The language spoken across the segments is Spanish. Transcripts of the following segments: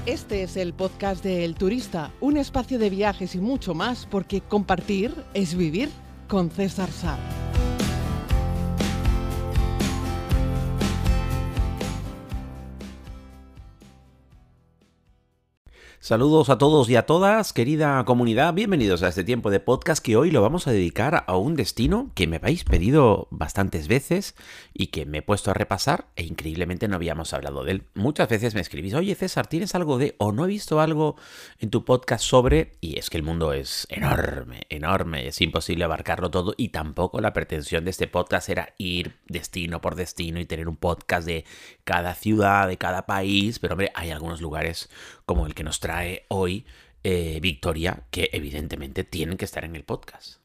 Este es el podcast de El Turista, un espacio de viajes y mucho más, porque compartir es vivir, con César Sá. Saludos a todos y a todas, querida comunidad, bienvenidos a este tiempo de podcast que hoy lo vamos a dedicar a un destino que me habéis pedido bastantes veces y que me he puesto a repasar e increíblemente no habíamos hablado de él. Muchas veces me escribís, oye César, ¿tienes algo de o no he visto algo en tu podcast sobre? Y es que el mundo es enorme, enorme, es imposible abarcarlo todo y tampoco la pretensión de este podcast era ir destino por destino y tener un podcast de cada ciudad, de cada país, pero hombre, hay algunos lugares como el que nos trae hoy Victoria, que evidentemente tienen que estar en el podcast.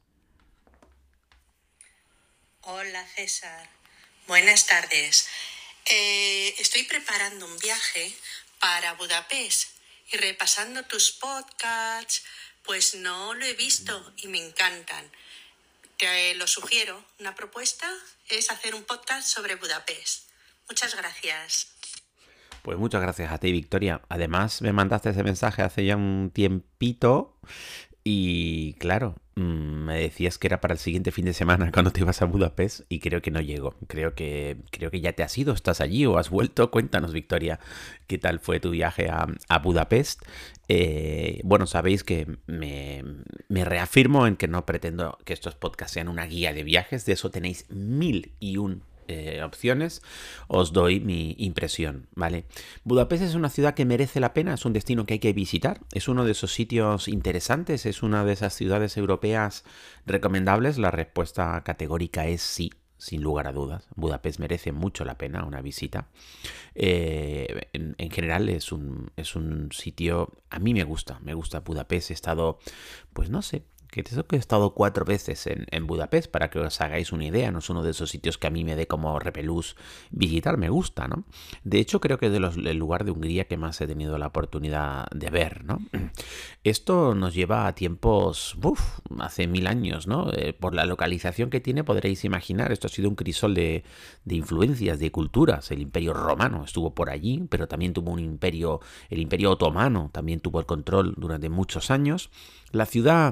Hola César, buenas tardes. Estoy preparando un viaje para Budapest y repasando tus podcasts, pues no lo he visto y me encantan. Te lo sugiero, una propuesta es hacer un podcast sobre Budapest. Muchas gracias. Pues muchas gracias a ti, Victoria. Además, me mandaste ese mensaje hace ya un tiempito y, claro, me decías que era para el siguiente fin de semana cuando te ibas a Budapest y creo que no llego. Creo que ya te has ido, estás allí o has vuelto. Cuéntanos, Victoria, ¿qué tal fue tu viaje a Budapest? Bueno, sabéis que me reafirmo en que no pretendo que estos podcasts sean una guía de viajes. De eso tenéis 1001 opciones, os doy mi impresión, ¿vale? Budapest es una ciudad que merece la pena, es un destino que hay que visitar, es uno de esos sitios interesantes, es una de esas ciudades europeas recomendables. La respuesta categórica es sí, sin lugar a dudas. Budapest merece mucho la pena una visita. En general es un sitio, a mí me gusta Budapest. He estado, pues no sé, que he estado 4 veces en Budapest, para que os hagáis una idea. No es uno de esos sitios que a mí me dé como repelús visitar, me gusta, ¿no? De hecho, creo que es el lugar de Hungría que más he tenido la oportunidad de ver, ¿no? Esto nos lleva a tiempos, hace 1000 años, ¿no? Por la localización que tiene podréis imaginar, esto ha sido un crisol de influencias, de culturas. El Imperio Romano estuvo por allí, pero también tuvo el Imperio Otomano también tuvo el control durante muchos años. La ciudad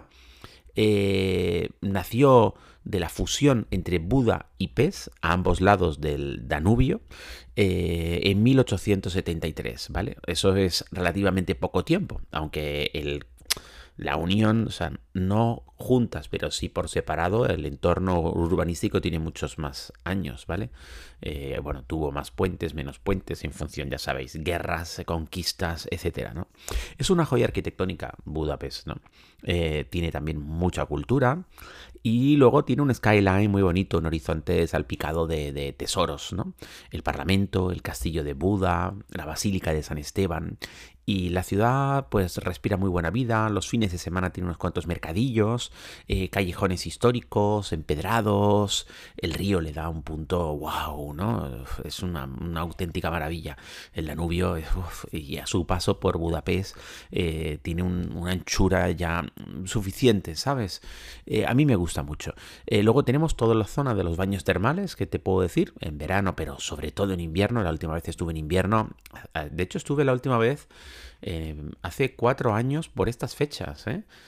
nació de la fusión entre Buda y Pest, a ambos lados del Danubio, en 1873, ¿vale? Eso es relativamente poco tiempo, aunque la unión, o sea, no juntas, pero sí por separado, el entorno urbanístico tiene muchos más años, ¿vale? Bueno, tuvo más puentes, menos puentes, en función, ya sabéis, guerras, conquistas, etcétera, ¿no? Es una joya arquitectónica Budapest, ¿no? Tiene también mucha cultura y luego tiene un skyline muy bonito, un horizonte salpicado de tesoros, ¿no? El Parlamento, el Castillo de Buda, la Basílica de San Esteban. Y la ciudad pues respira muy buena vida. Los fines de semana tiene unos cuantos mercadillos, callejones históricos, empedrados. El río le da un punto wow, ¿no? Es una auténtica maravilla. El Danubio, y a su paso por Budapest, tiene una anchura ya suficiente, ¿sabes? A mí me gusta mucho. Luego tenemos toda la zona de los baños termales, que te puedo decir, en verano, pero sobre todo en invierno. La última vez estuve en invierno. De hecho, estuve la última vez hace 4 años por estas fechas,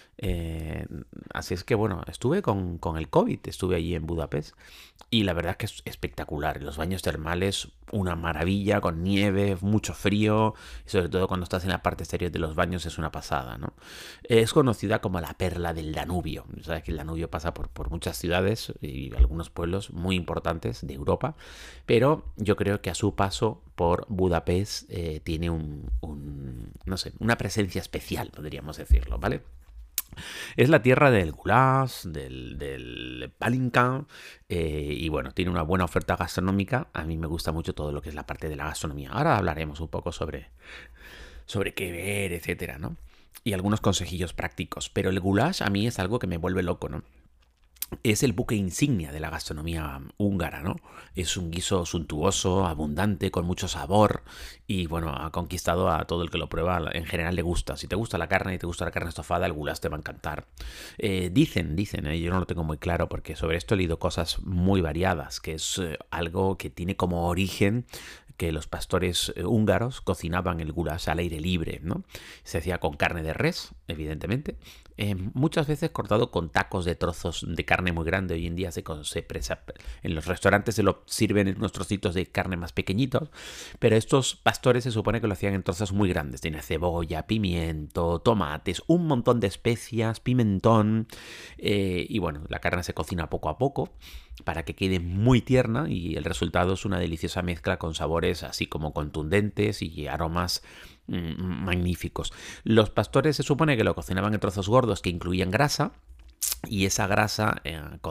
así es que bueno, estuve con el COVID, estuve allí en Budapest y la verdad es que es espectacular. Los baños termales, una maravilla, con nieve, mucho frío y sobre todo cuando estás en la parte exterior de los baños es una pasada, ¿no? Es conocida como la perla del Danubio. Sabes que el Danubio pasa por muchas ciudades y algunos pueblos muy importantes de Europa, pero yo creo que a su paso por Budapest tiene no sé, una presencia especial, podríamos decirlo, ¿vale? Es la tierra del goulash, del palinka, y bueno, tiene una buena oferta gastronómica. A mí me gusta mucho todo lo que es la parte de la gastronomía. Ahora hablaremos un poco sobre qué ver, etcétera, ¿no? Y algunos consejillos prácticos. Pero el goulash a mí es algo que me vuelve loco, ¿no? Es el buque insignia de la gastronomía húngara, ¿no? Es un guiso suntuoso, abundante, con mucho sabor y, bueno, ha conquistado a todo el que lo prueba. En general le gusta. Si te gusta la carne y te gusta la carne estofada, el goulash te va a encantar. Dicen, yo no lo tengo muy claro porque sobre esto he leído cosas muy variadas, que es algo que tiene como origen que los pastores húngaros cocinaban el goulash al aire libre, ¿no? Se hacía con carne de res, evidentemente, muchas veces cortado con tacos de trozos de carne muy grande. Hoy en día en los restaurantes se lo sirven en unos trocitos de carne más pequeñitos, pero estos pastores se supone que lo hacían en trozos muy grandes. Tiene cebolla, pimiento, tomates, un montón de especias, pimentón, y bueno, la carne se cocina poco a poco para que quede muy tierna y el resultado es una deliciosa mezcla con sabores así como contundentes y aromas magníficos. Los pastores se supone que lo cocinaban en trozos gordos que incluían grasa, y esa grasa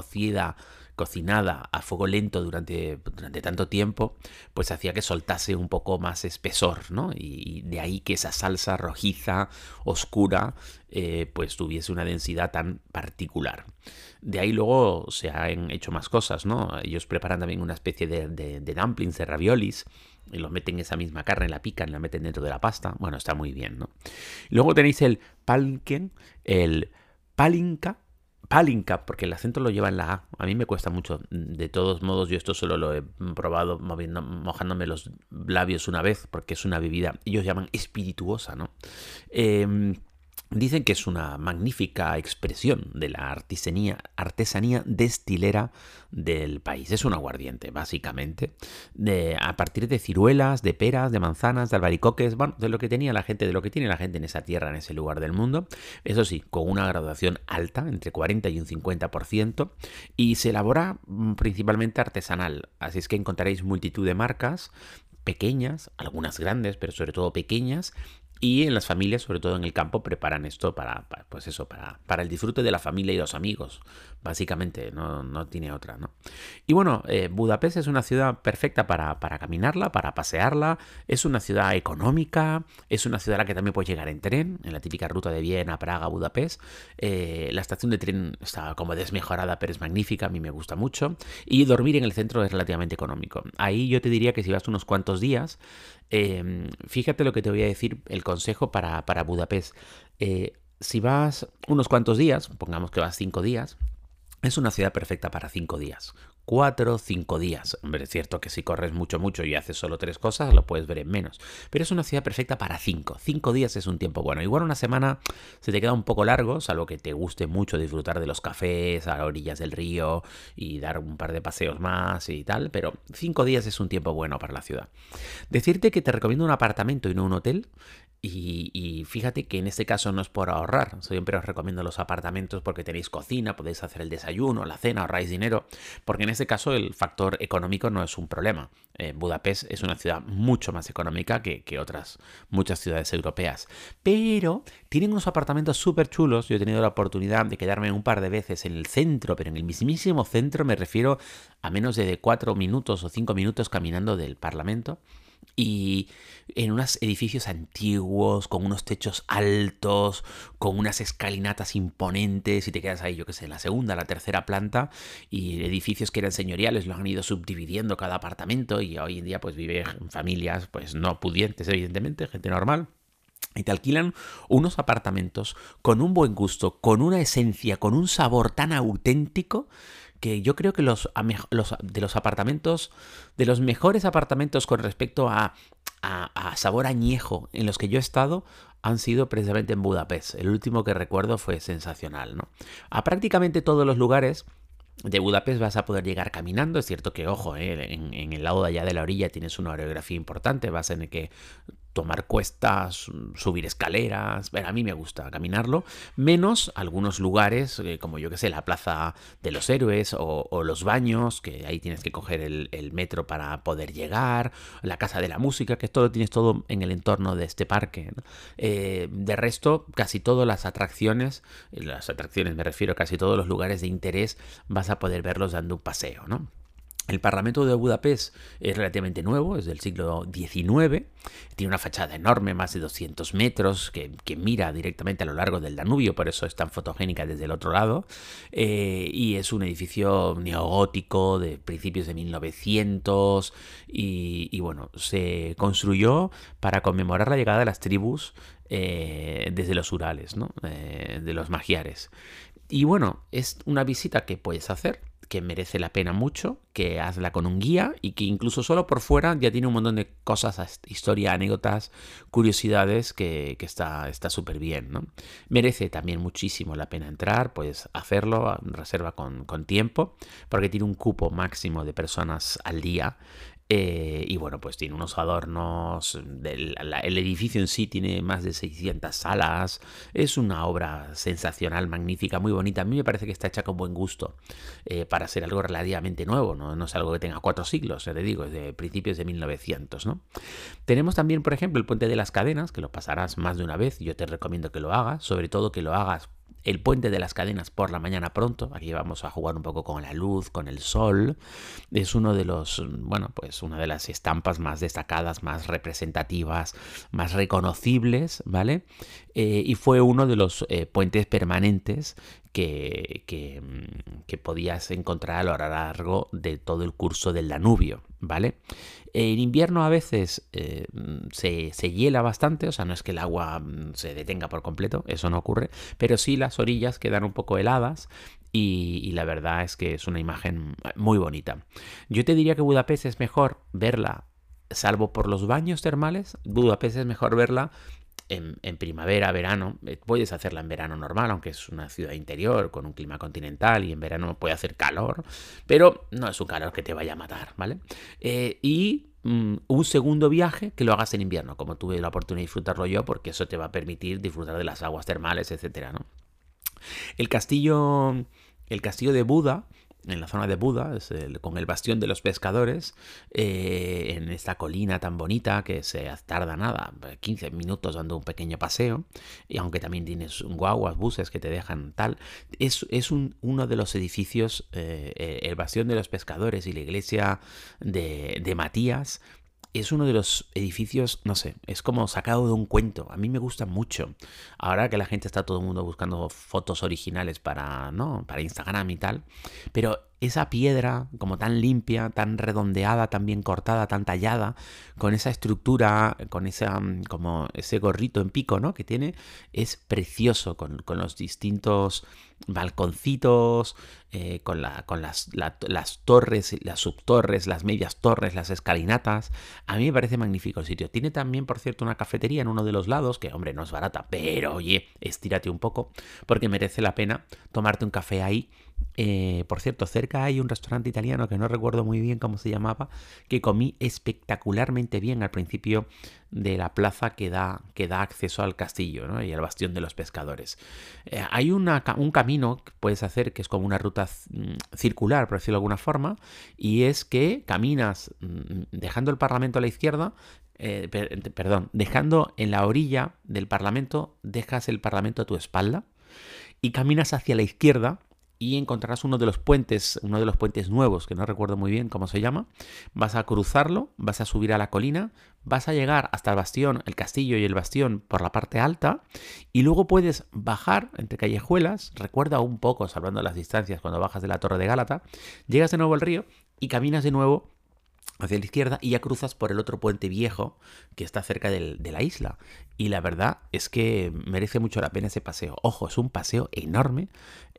cocinada a fuego lento durante tanto tiempo, pues hacía que soltase un poco más espesor, ¿no? Y de ahí que esa salsa rojiza, oscura, pues tuviese una densidad tan particular. De ahí luego se han hecho más cosas, ¿no? Ellos preparan también una especie de dumplings, de raviolis, y los meten en esa misma carne, la pican, la meten dentro de la pasta. Bueno, está muy bien, ¿no? Luego tenéis el palken, el palinka, porque el acento lo lleva en la A. A mí me cuesta mucho. De todos modos, yo esto solo lo he probado mojándome los labios una vez, porque es una bebida, ellos llaman espirituosa, ¿no? Dicen que es una magnífica expresión de la artesanía destilera del país. Es un aguardiente, básicamente, a partir de ciruelas, de peras, de manzanas, de albaricoques, bueno, de lo que tiene la gente en esa tierra, en ese lugar del mundo. Eso sí, con una graduación alta, entre 40 y un 50%, y se elabora principalmente artesanal. Así es que encontraréis multitud de marcas pequeñas, algunas grandes, pero sobre todo pequeñas. Y en las familias, sobre todo en el campo, preparan esto para el disfrute de la familia y los amigos. Básicamente, no tiene otra, ¿no? Y bueno, Budapest es una ciudad perfecta para caminarla, para pasearla. Es una ciudad económica, es una ciudad a la que también puedes llegar en tren, en la típica ruta de Viena, Praga, Budapest. La estación de tren está como desmejorada, pero es magnífica, a mí me gusta mucho. Y dormir en el centro es relativamente económico. Ahí yo te diría que si vas unos cuantos días, fíjate lo que te voy a decir, el consejo para Budapest. Si vas unos cuantos días, pongamos que vas 5 días, es una ciudad perfecta para 5 días. 4 o 5 días. Hombre, es cierto que si corres mucho y haces solo 3 cosas, lo puedes ver en menos. Pero es una ciudad perfecta para 5. 5 días es un tiempo bueno. Igual una semana se te queda un poco largo, salvo que te guste mucho disfrutar de los cafés a orillas del río y dar un par de paseos más y tal. Pero 5 días es un tiempo bueno para la ciudad. Decirte que te recomiendo un apartamento y no un hotel. Y fíjate que en este caso no es por ahorrar. Siempre os recomiendo los apartamentos porque tenéis cocina, podéis hacer el desayuno, la cena, ahorráis dinero. Porque en este caso el factor económico no es un problema. Budapest es una ciudad mucho más económica que otras muchas ciudades europeas. Pero tienen unos apartamentos súper chulos. Yo he tenido la oportunidad de quedarme un par de veces en el centro, pero en el mismísimo centro, me refiero a menos de 4 minutos o 5 minutos caminando del Parlamento. Y en unos edificios antiguos, con unos techos altos, con unas escalinatas imponentes, y te quedas ahí, yo qué sé, en la segunda, la tercera planta, y edificios que eran señoriales los han ido subdividiendo cada apartamento, y hoy en día pues viven familias pues no pudientes, evidentemente, gente normal. Y te alquilan unos apartamentos con un buen gusto, con una esencia, con un sabor tan auténtico, que yo creo que de los mejores apartamentos con respecto a sabor añejo en los que yo he estado, han sido precisamente en Budapest. El último que recuerdo fue sensacional, ¿no? A prácticamente todos los lugares de Budapest vas a poder llegar caminando. Es cierto que, ojo, en el lado de allá de la orilla tienes una orografía importante, vas a tener que tomar cuestas, subir escaleras. Bueno, a mí me gusta caminarlo, menos algunos lugares, como yo que sé, la Plaza de los Héroes o los Baños, que ahí tienes que coger el metro para poder llegar, la Casa de la Música, que esto lo tienes todo en el entorno de este parque, ¿no? De resto, casi todas las atracciones me refiero, casi todos los lugares de interés vas a poder verlos dando un paseo, ¿no? El Parlamento de Budapest es relativamente nuevo, es del siglo XIX, tiene una fachada enorme, más de 200 metros, que mira directamente a lo largo del Danubio, por eso es tan fotogénica desde el otro lado, y es un edificio neogótico de principios de 1900, y bueno, se construyó para conmemorar la llegada de las tribus desde los Urales, ¿no? De los magiares. Y bueno, es una visita que puedes hacer, que merece la pena mucho, que hazla con un guía y que incluso solo por fuera ya tiene un montón de cosas, historia, anécdotas, curiosidades que está súper bien, ¿no? Merece también muchísimo la pena entrar, puedes hacerlo, reserva con tiempo, porque tiene un cupo máximo de personas al día. Y bueno, pues tiene unos adornos, el edificio en sí tiene más de 600 salas, es una obra sensacional, magnífica, muy bonita. A mí me parece que está hecha con buen gusto para ser algo relativamente nuevo, no es algo que tenga 4 siglos, te digo, es de principios de 1900, ¿no? Tenemos también, por ejemplo, el Puente de las Cadenas, que lo pasarás más de una vez, yo te recomiendo que lo hagas, sobre todo que lo hagas el Puente de las Cadenas por la mañana pronto. Aquí vamos a jugar un poco con la luz, con el sol. Es uno de los, bueno, pues una de las estampas más destacadas, más representativas, más reconocibles, ¿vale? Y fue uno de los puentes permanentes que podías encontrar a lo largo de todo el curso del Danubio, ¿vale? En invierno a veces se hiela bastante, o sea, no es que el agua se detenga por completo, eso no ocurre, pero sí las orillas quedan un poco heladas y la verdad es que es una imagen muy bonita. Yo te diría que Budapest es mejor verla, salvo por los baños termales, Budapest es mejor verla en primavera, verano. Puedes hacerla en verano normal, aunque es una ciudad interior con un clima continental y en verano puede hacer calor, pero no es un calor que te vaya a matar, ¿vale? Un segundo viaje que lo hagas en invierno, como tuve la oportunidad de disfrutarlo yo, porque eso te va a permitir disfrutar de las aguas termales, etcétera, ¿no? El castillo de Buda, en la zona de Buda, con el bastión de los pescadores, en esta colina tan bonita que se tarda nada, 15 minutos dando un pequeño paseo, y aunque también tienes guaguas, buses que te dejan tal, es uno de los edificios, el bastión de los pescadores y la iglesia de Matías. Es uno de los edificios, no sé, es como sacado de un cuento. A mí me gusta mucho. Ahora que la gente está todo el mundo buscando fotos originales para Instagram y tal. Pero esa piedra como tan limpia, tan redondeada, tan bien cortada, tan tallada, con esa estructura, con como ese gorrito en pico, ¿no?, que tiene, es precioso, con los distintos balconcitos, con las torres, las subtorres, las medias torres, las escalinatas. A mí me parece magnífico el sitio. Tiene también, por cierto, una cafetería en uno de los lados, que, hombre, no es barata, pero, oye, estírate un poco, porque merece la pena tomarte un café ahí. Por cierto, cerca hay un restaurante italiano que no recuerdo muy bien cómo se llamaba, que comí espectacularmente bien al principio de la plaza que da acceso al castillo, ¿no?, y al bastión de los pescadores. Hay un camino que puedes hacer que es como una ruta circular, por decirlo de alguna forma, y es que caminas dejando el Parlamento a la izquierda, dejando en la orilla del Parlamento, dejas el Parlamento a tu espalda y caminas hacia la izquierda y encontrarás uno de los puentes nuevos, que no recuerdo muy bien cómo se llama. Vas a cruzarlo, vas a subir a la colina, vas a llegar hasta el bastión, el castillo y el bastión por la parte alta, y luego puedes bajar entre callejuelas. Recuerda un poco, salvando las distancias, cuando bajas de la Torre de Gálata, llegas de nuevo al río y caminas de nuevo hacia la izquierda y ya cruzas por el otro puente viejo que está cerca de la isla. Y la verdad es que merece mucho la pena ese paseo. Ojo, es un paseo enorme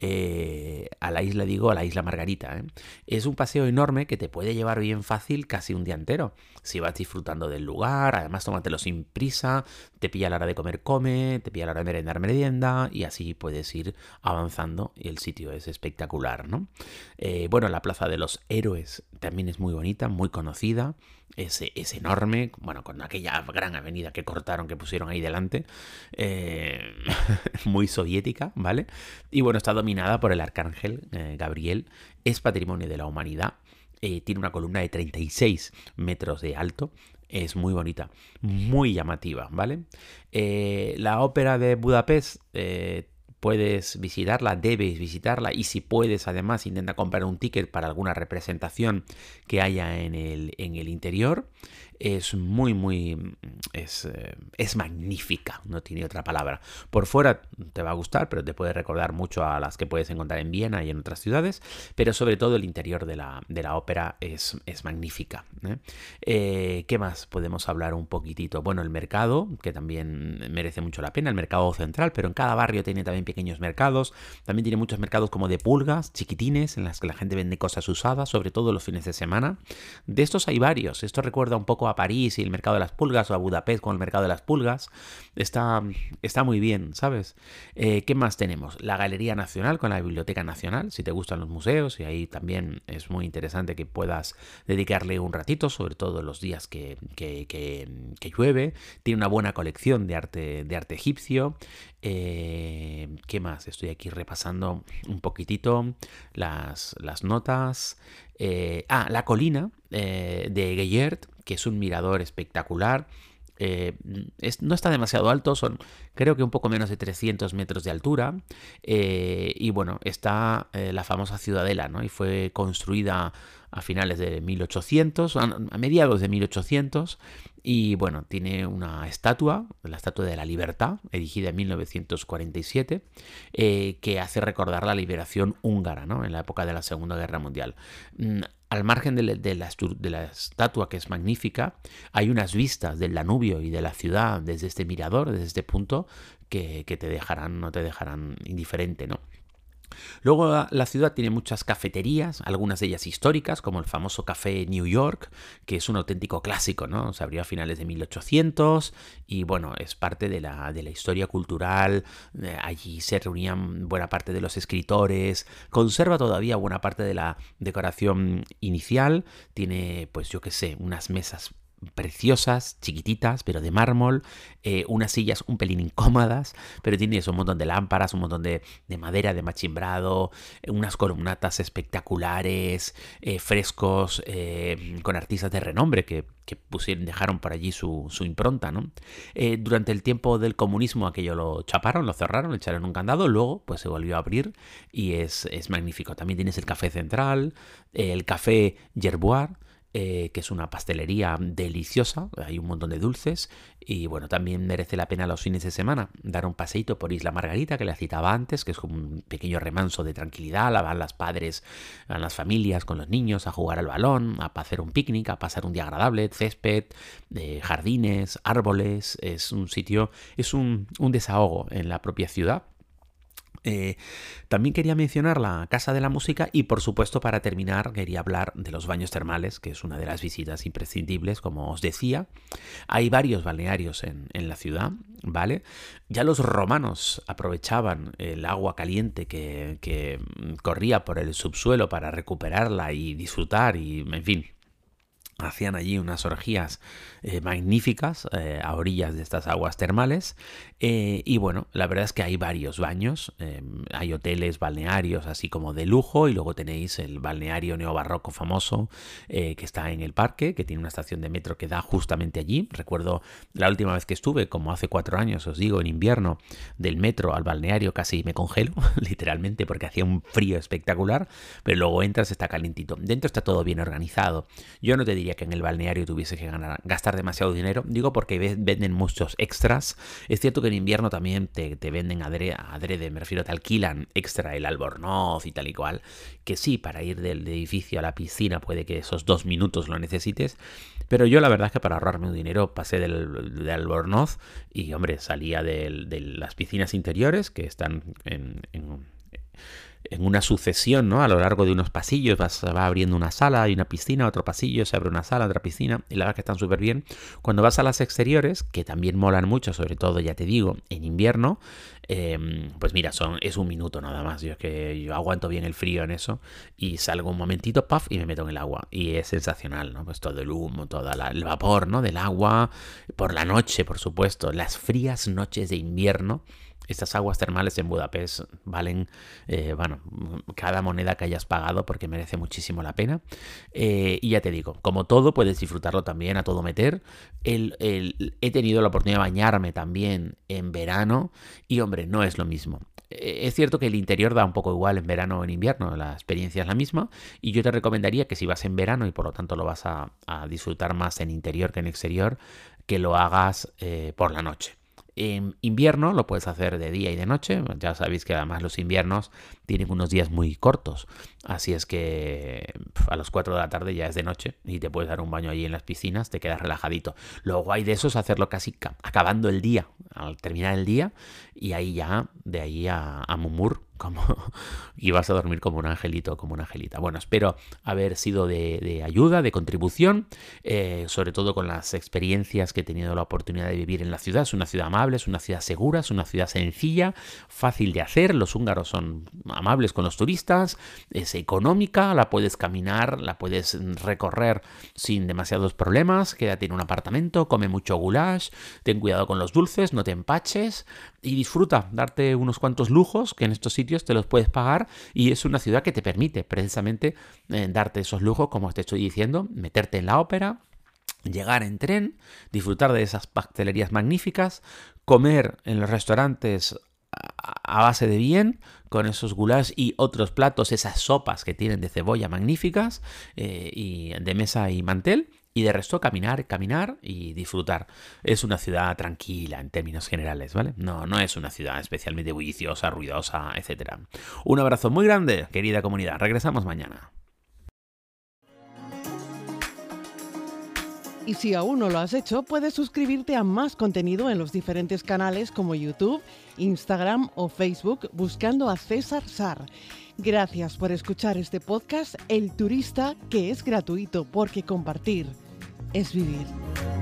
a la isla Margarita. Es un paseo enorme que te puede llevar bien fácil casi un día entero. Si vas disfrutando del lugar, además tómatelo sin prisa, te pilla la hora de comer, come, te pilla la hora de merendar, merienda, y así puedes ir avanzando y el sitio es espectacular, ¿no? Bueno, la Plaza de los Héroes también es muy bonita, muy conocida. Es enorme, bueno, con aquella gran avenida que cortaron, que pusieron ahí delante, muy soviética, ¿vale? Y bueno, está dominada por el arcángel Gabriel, es patrimonio de la humanidad, tiene una columna de 36 metros de alto, es muy bonita, muy llamativa, ¿vale? La ópera de Budapest, puedes visitarla, debes visitarla, y si puedes, además, intenta comprar un ticket para alguna representación que haya en el interior. es es magnífica, no tiene otra palabra. Por fuera te va a gustar, pero te puede recordar mucho a las que puedes encontrar en Viena y en otras ciudades, pero sobre todo el interior de la ópera es magnífica, ¿eh? ¿Qué más podemos hablar un poquitito? Bueno, el mercado, que también merece mucho la pena, el mercado central, pero en cada barrio tiene también pequeños mercados, también tiene muchos mercados como de pulgas, chiquitines, en las que la gente vende cosas usadas, sobre todo los fines de semana. De estos hay varios, esto recuerda un poco a París y el mercado de las pulgas, o a Budapest con el mercado de las pulgas, está muy bien, ¿sabes? ¿Qué más tenemos? La Galería Nacional con la Biblioteca Nacional, si te gustan los museos, y ahí también es muy interesante que puedas dedicarle un ratito, sobre todo los días que llueve. Tiene una buena colección de arte egipcio. ¿Qué más? Estoy aquí repasando un poquitito las notas. La colina de Gaillard, que es un mirador espectacular. No está demasiado alto, son creo que un poco menos de 300 metros de altura, y bueno, está la famosa Ciudadela, ¿no? Y fue construida a finales de 1800, a mediados de 1800, y bueno, tiene una estatua, la Estatua de la Libertad, erigida en 1947, que hace recordar la liberación húngara, ¿no? En la época de la Segunda Guerra Mundial. Al margen de la estatua, que es magnífica, hay unas vistas del Danubio y de la ciudad desde este mirador, desde este punto, que no te dejarán indiferente, ¿no? Luego la ciudad tiene muchas cafeterías, algunas de ellas históricas, como el famoso Café New York, que es un auténtico clásico, ¿no? Se abrió a finales de 1800 y bueno, es parte de la historia cultural. Allí se reunían buena parte de los escritores, conserva todavía buena parte de la decoración inicial, tiene, pues yo qué sé, unas mesas preciosas, chiquititas, pero de mármol, unas sillas un pelín incómodas, pero tiene eso, un montón de lámparas, un montón de madera, de machimbrado, unas columnatas espectaculares, frescos con artistas de renombre que dejaron por allí su impronta, ¿no? Durante el tiempo del comunismo aquello lo chaparon, lo cerraron, le echaron un candado, luego pues se volvió a abrir y es magnífico. También tienes el Café Central, el Café Gerboir, que es una pastelería deliciosa, hay un montón de dulces y bueno, también merece la pena los fines de semana dar un paseíto por Isla Margarita, que la citaba antes, que es como un pequeño remanso de tranquilidad. Van las padres, van las familias con los niños a jugar al balón, a hacer un picnic, a pasar un día agradable, césped, jardines, árboles. Es un sitio, es un desahogo en la propia ciudad. También quería mencionar la Casa de la Música y por supuesto, para terminar, quería hablar de los baños termales, que es una de las visitas imprescindibles, como os decía. Hay varios balnearios en la ciudad, ¿vale? Ya los romanos aprovechaban el agua caliente que corría por el subsuelo para recuperarla y disfrutar y, en fin, hacían allí unas orgías magníficas a orillas de estas aguas termales. Y bueno, la verdad es que hay varios baños, hay hoteles, balnearios así como de lujo, y luego tenéis el balneario neobarroco famoso que está en el parque, que tiene una estación de metro que da justamente allí. Recuerdo la última vez que estuve, como hace 4 años, os digo, en invierno, del metro al balneario casi me congelo, literalmente, porque hacía un frío espectacular, pero luego entras, está calentito. Dentro está todo bien organizado. Yo no te diría que en el balneario tuviese que gastar demasiado dinero, digo porque venden muchos extras. Es cierto que en invierno también te venden adrede, me refiero, te alquilan extra el albornoz y tal y cual, que sí, para ir del edificio a la piscina puede que esos 2 minutos lo necesites, pero yo la verdad es que para ahorrarme un dinero pasé del albornoz y, hombre, salía de las piscinas interiores, que están en una sucesión, ¿no? A lo largo de unos pasillos va abriendo una sala, hay una piscina, otro pasillo, se abre una sala, otra piscina, y la verdad es que están súper bien. Cuando vas a las exteriores, que también molan mucho, sobre todo, ya te digo, en invierno, pues mira, es 1 minuto nada más. Yo aguanto bien el frío en eso y salgo un momentito, puff, y me meto en el agua. Y es sensacional, ¿no? Pues todo el humo, todo el vapor, ¿no? Del agua, por la noche, por supuesto, las frías noches de invierno. Estas aguas termales en Budapest valen, cada moneda que hayas pagado, porque merece muchísimo la pena. Y ya te digo, como todo, puedes disfrutarlo también a todo meter. He tenido la oportunidad de bañarme también en verano y, hombre, no es lo mismo. Es cierto que el interior da un poco igual en verano o en invierno, la experiencia es la misma, y yo te recomendaría que si vas en verano y por lo tanto lo vas a disfrutar más en interior que en exterior, que lo hagas por la noche. En invierno lo puedes hacer de día y de noche. Ya sabéis que además los inviernos tienen unos días muy cortos. Así es que a las 4 de la tarde ya es de noche y te puedes dar un baño allí en las piscinas, te quedas relajadito. Lo guay de eso es hacerlo casi acabando el día, al terminar el día, y ahí ya, de ahí a Mumur, y vas a dormir como un angelito, como una angelita. Bueno, espero haber sido de ayuda, de contribución, sobre todo con las experiencias que he tenido la oportunidad de vivir en la ciudad. Es una ciudad amable, es una ciudad segura, es una ciudad sencilla, fácil de hacer. Los húngaros son amables con los turistas, es económica, la puedes caminar, la puedes recorrer sin demasiados problemas. Quédate en un apartamento, come mucho goulash, ten cuidado con los dulces, no te empaches y disfruta, darte unos cuantos lujos que en estos sitios te los puedes pagar, y es una ciudad que te permite precisamente darte esos lujos, como te estoy diciendo, meterte en la ópera, llegar en tren, disfrutar de esas pastelerías magníficas, comer en los restaurantes a base de bien, con esos goulash y otros platos, esas sopas que tienen de cebolla magníficas, y de mesa y mantel. Y de resto caminar y disfrutar. Es una ciudad tranquila en términos generales, ¿vale? No es una ciudad especialmente bulliciosa, ruidosa, etc. Un abrazo muy grande, querida comunidad. Regresamos mañana. Y si aún no lo has hecho, puedes suscribirte a más contenido en los diferentes canales como YouTube, Instagram o Facebook buscando a César Sar. Gracias por escuchar este podcast El Turista, que es gratuito porque compartir es vivir.